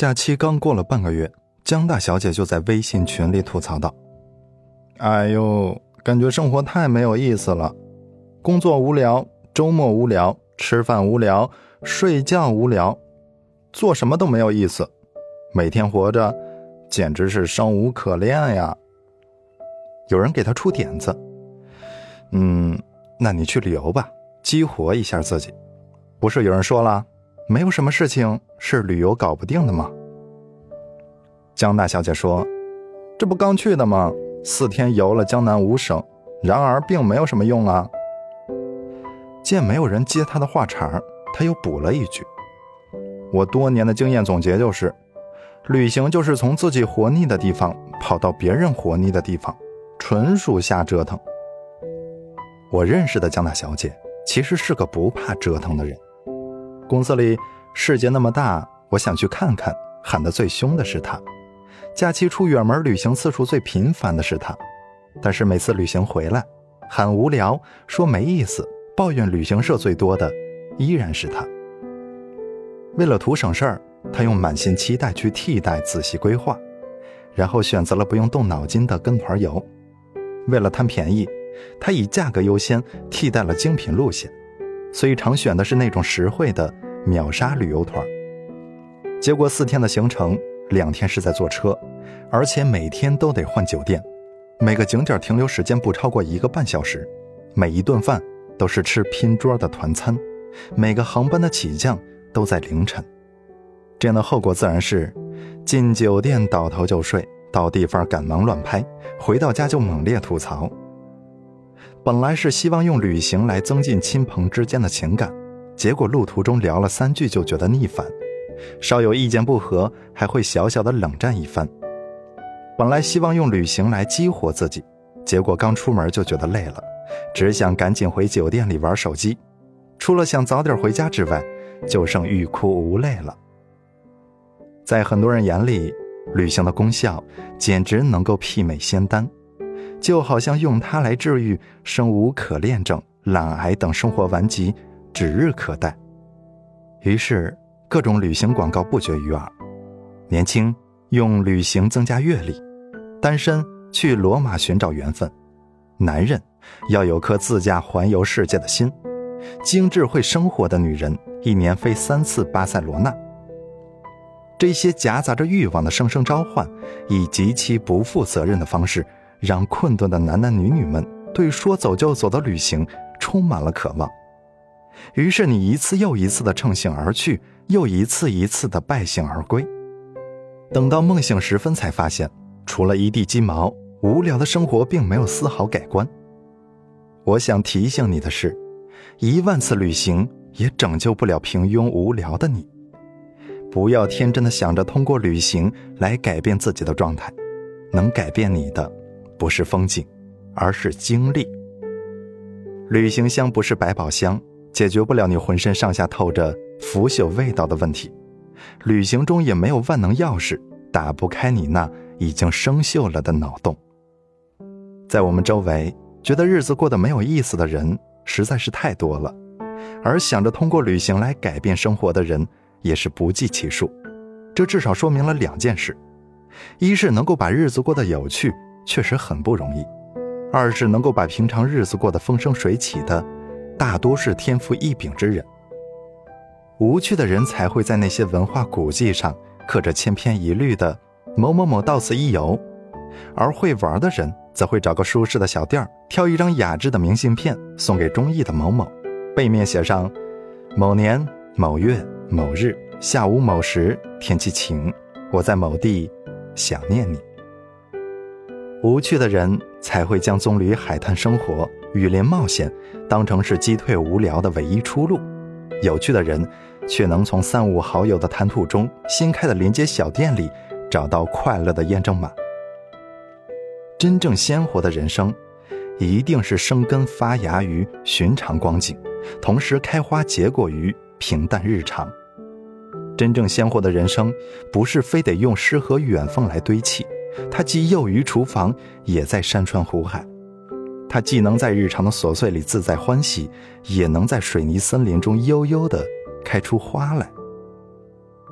假期刚过了半个月，江大小姐就在微信群里吐槽道：哎呦，感觉生活太没有意思了，工作无聊，周末无聊，吃饭无聊，睡觉无聊，做什么都没有意思，每天活着简直是生无可恋呀。有人给她出点子，那你去旅游吧，激活一下自己。不是有人说了，没有什么事情是旅游搞不定的吗？江大小姐说，这不刚去的吗？4天游了江南5省，然而并没有什么用啊。见没有人接她的话茬，她又补了一句，我多年的经验总结就是，旅行就是从自己活腻的地方跑到别人活腻的地方，纯属瞎折腾。我认识的江大小姐其实是个不怕折腾的人。公司里世界那么大，我想去看看，喊得最凶的是她。假期出远门旅行次数最频繁的是她，但是每次旅行回来喊无聊，说没意思，抱怨旅行社最多的依然是她。为了图省事儿，她用满心期待去替代仔细规划，然后选择了不用动脑筋的跟团游。为了贪便宜，她以价格优先替代了精品路线，所以常选的是那种实惠的秒杀旅游团。结果4天的行程，2天是在坐车，而且每天都得换酒店，每个景点停留时间不超过1个半小时，每一顿饭都是吃拼桌的团餐，每个航班的起降都在凌晨。这样的后果自然是进酒店倒头就睡，到地方赶忙乱拍，回到家就猛烈吐槽。本来是希望用旅行来增进亲朋之间的情感，结果路途中聊了3句就觉得腻烦，稍有意见不合还会小小的冷战一番。本来希望用旅行来激活自己，结果刚出门就觉得累了，只想赶紧回酒店里玩手机，除了想早点回家之外，就剩欲哭无泪了。在很多人眼里，旅行的功效简直能够媲美仙丹，就好像用它来治愈生无可恋症、懒癌等生活顽疾指日可待。于是各种旅行广告不绝于耳。年轻用旅行增加阅历，单身去罗马寻找缘分，男人要有颗自驾环游世界的心，精致会生活的女人1年飞3次巴塞罗那。这些夹杂着欲望的声声召唤，以极其不负责任的方式，让困顿的男男女女们对说走就走的旅行充满了渴望。于是你一次又一次的乘兴而去，又一次一次的败兴而归。等到梦醒时分才发现，除了一地鸡毛，无聊的生活并没有丝毫改观。我想提醒你的是，1万次旅行也拯救不了平庸无聊的你。不要天真的想着通过旅行来改变自己的状态，能改变你的不是风景，而是经历。旅行箱不是百宝箱，解决不了你浑身上下透着腐朽味道的问题。旅行中也没有万能钥匙，打不开你那已经生锈了的脑洞。在我们周围，觉得日子过得没有意思的人实在是太多了，而想着通过旅行来改变生活的人也是不计其数。这至少说明了2件事：一是能够把日子过得有趣，确实很不容易；二是能够把平常日子过得风生水起的，大多是天赋异禀之人。无趣的人才会在那些文化古迹上刻着千篇一律的某某某到此一游，而会玩的人则会找个舒适的小店，挑一张雅致的明信片送给中意的某某，背面写上某年某月某日下午某时天气晴，我在某地想念你。无趣的人才会将棕榈海滩生活、雨林冒险当成是击退无聊的唯一出路，有趣的人却能从3、5好友的谈吐中，新开的临街小店里找到快乐的验证码。真正鲜活的人生，一定是生根发芽于寻常光景，同时开花结果于平淡日常。真正鲜活的人生，不是非得用诗和远方来堆砌，它既囿于厨房，也在山川湖海。它既能在日常的琐碎里自在欢喜，也能在水泥森林中悠悠地开出花来。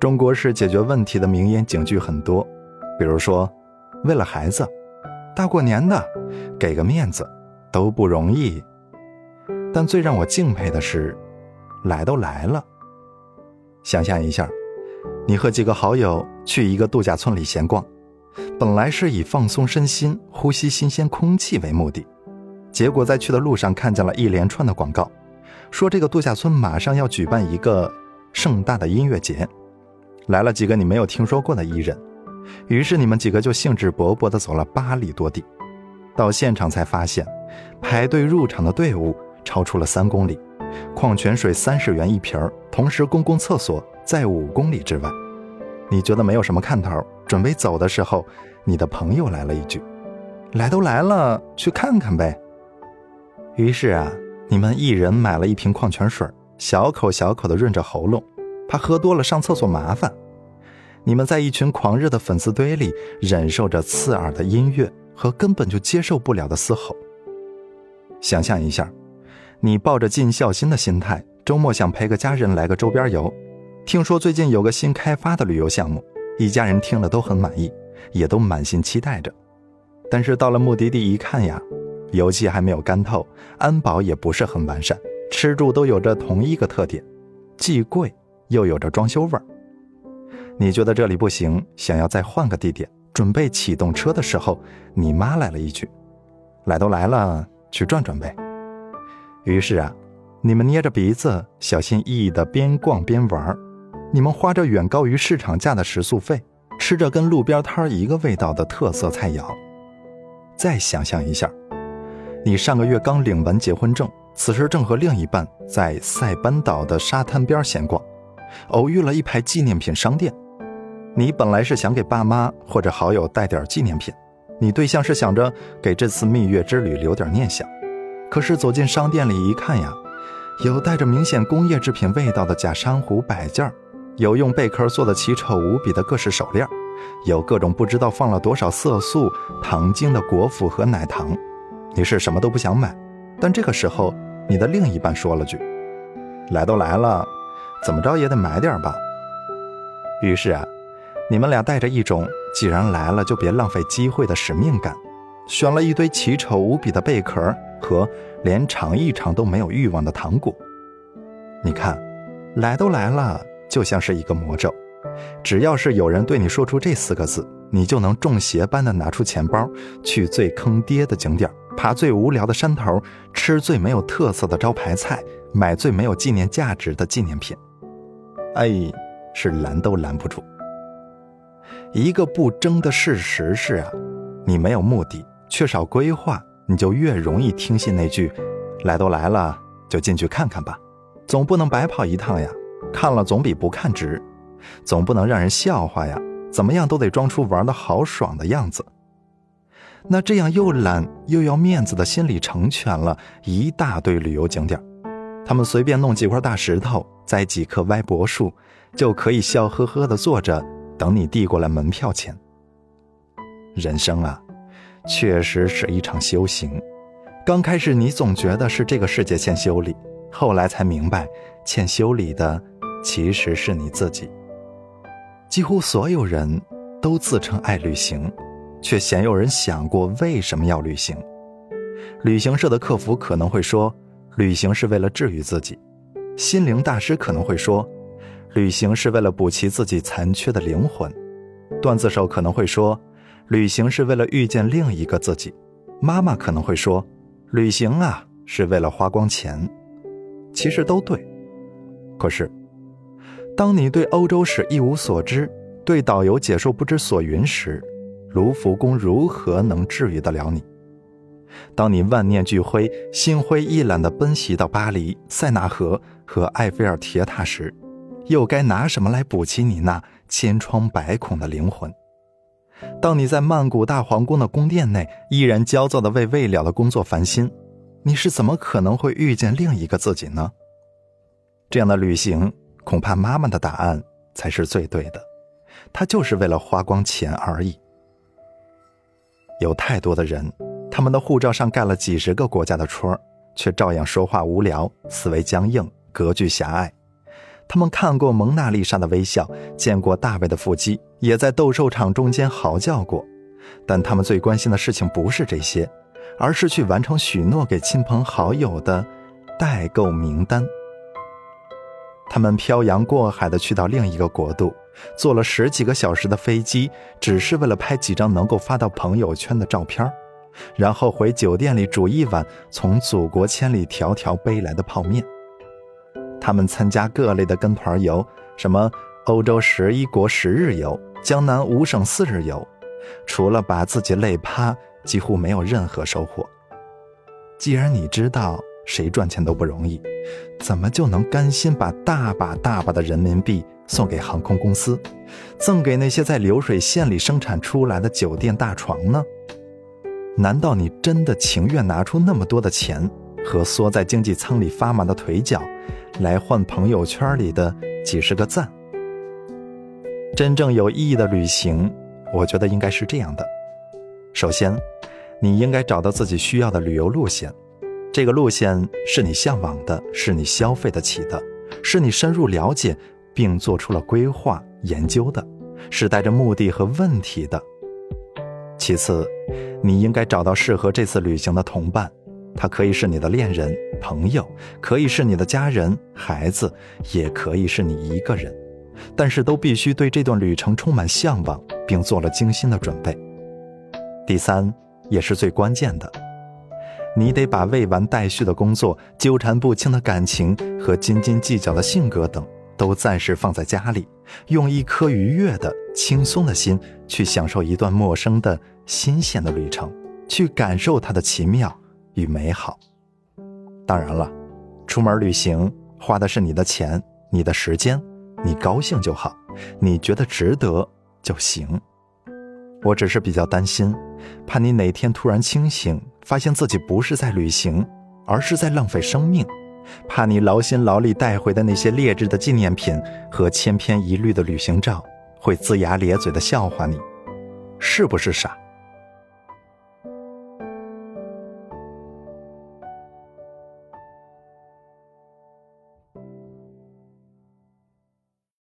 中国式解决问题的名言警句很多，比如说为了孩子，大过年的给个面子都不容易。但最让我敬佩的是，来都来了。想象一下，你和几个好友去一个度假村里闲逛，本来是以放松身心、呼吸新鲜空气为目的，结果在去的路上看见了一连串的广告，说这个度假村马上要举办一个盛大的音乐节，来了几个你没有听说过的艺人，于是你们几个就兴致勃勃地走了8里多地，到现场才发现，排队入场的队伍超出了3公里，矿泉水30元一瓶，同时公共厕所在5公里之外。你觉得没有什么看头，准备走的时候，你的朋友来了一句：来都来了，去看看呗。于是啊，你们一人买了一瓶矿泉水，小口小口地润着喉咙，怕喝多了上厕所麻烦。你们在一群狂热的粉丝堆里，忍受着刺耳的音乐和根本就接受不了的嘶吼。想象一下，你抱着尽孝心的心态，周末想陪个家人来个周边游，听说最近有个新开发的旅游项目，一家人听了都很满意，也都满心期待着。但是到了目的地一看呀，油漆还没有干透，安保也不是很完善，吃住都有着同一个特点，既贵又有着装修味儿。你觉得这里不行，想要再换个地点，准备启动车的时候，你妈来了一句：来都来了，去转转呗。于是啊，你们捏着鼻子，小心翼翼地边逛边玩，你们花着远高于市场价的食宿费，吃着跟路边摊一个味道的特色菜肴。再想象一下，你上个月刚领完结婚证，此时正和另一半在塞班岛的沙滩边闲逛，偶遇了一排纪念品商店。你本来是想给爸妈或者好友带点纪念品，你对象是想着给这次蜜月之旅留点念想。可是走进商店里一看呀，有带着明显工业制品味道的假珊瑚摆件，有用贝壳做的奇丑无比的各式手链，有各种不知道放了多少色素糖精的果脯和奶糖。你是什么都不想买，但这个时候你的另一半说了句：来都来了，怎么着也得买点吧。于是啊，你们俩带着一种既然来了就别浪费机会的使命感，选了一堆奇丑无比的贝壳和连尝一尝都没有欲望的糖果。你看，来都来了，就像是一个魔咒，只要是有人对你说出这4个字，你就能中邪般的拿出钱包，去最坑爹的景点，爬最无聊的山头，吃最没有特色的招牌菜，买最没有纪念价值的纪念品。是拦都拦不住。一个不争的事实是啊，你没有目的，缺少规划，你就越容易听信那句来都来了，就进去看看吧，总不能白跑一趟呀，看了总比不看值，总不能让人笑话呀，怎么样都得装出玩得好爽的样子。那这样又懒又要面子的心理成全了一大堆旅游景点，他们随便弄几块大石头，栽几棵歪脖树，就可以笑呵呵地坐着等你递过来门票钱。人生啊，确实是一场修行，刚开始你总觉得是这个世界欠修理，后来才明白欠修理的其实是你自己。几乎所有人都自称爱旅行，却鲜有人想过为什么要旅行。旅行社的客服可能会说，旅行是为了治愈自己；心灵大师可能会说，旅行是为了补齐自己残缺的灵魂；段子手可能会说，旅行是为了遇见另一个自己；妈妈可能会说，旅行啊是为了花光钱。其实都对。可是当你对欧洲史一无所知，对导游解说不知所云时，卢浮宫如何能治愈得了你？当你万念俱灰，心灰意懒地奔袭到巴黎、塞纳河和埃菲尔铁塔时，又该拿什么来补齐你那千疮百孔的灵魂？当你在曼谷大皇宫的宫殿内依然焦躁地为未了的工作烦心，你是怎么可能会遇见另一个自己呢？这样的旅行，恐怕妈妈的答案才是最对的，她就是为了花光钱而已。有太多的人，他们的护照上盖了几十个国家的戳，却照样说话无聊，思维僵硬，格局狭隘。 他们看过蒙娜丽莎的微笑，见过大卫的腹肌，也在斗兽场中间嚎叫过，但他们最关心的事情不是这些，而是去完成许诺给亲朋好友的代购名单。他们漂洋过海地去到另一个国度，坐了10几个小时的飞机，只是为了拍几张能够发到朋友圈的照片，然后回酒店里煮一碗从祖国千里迢迢背来的泡面。他们参加各类的跟团游，什么欧洲11国10日游，江南5省4日游，除了把自己累趴，几乎没有任何收获。既然你知道谁赚钱都不容易，怎么就能甘心把大把大把的人民币送给航空公司，赠给那些在流水线里生产出来的酒店大床呢？难道你真的情愿拿出那么多的钱和缩在经济舱里发麻的腿脚来换朋友圈里的几十个赞？真正有意义的旅行，我觉得应该是这样的。首先，你应该找到自己需要的旅游路线，这个路线是你向往的，是你消费得起的，是你深入了解并做出了规划研究的，是带着目的和问题的。其次，你应该找到适合这次旅行的同伴，他可以是你的恋人、朋友，可以是你的家人、孩子，也可以是你一个人，但是都必须对这段旅程充满向往，并做了精心的准备。第三，也是最关键的，你得把未完待续的工作、纠缠不清的感情和斤斤计较的性格等都暂时放在家里，用一颗愉悦的、轻松的心去享受一段陌生的、新鲜的旅程，去感受它的奇妙与美好。当然了，出门旅行花的是你的钱、你的时间，你高兴就好，你觉得值得就行。我只是比较担心，怕你哪天突然清醒，发现自己不是在旅行，而是在浪费生命，怕你劳心劳力带回的那些劣质的纪念品和千篇一律的旅行照会龇牙咧嘴地笑话你。是不是傻？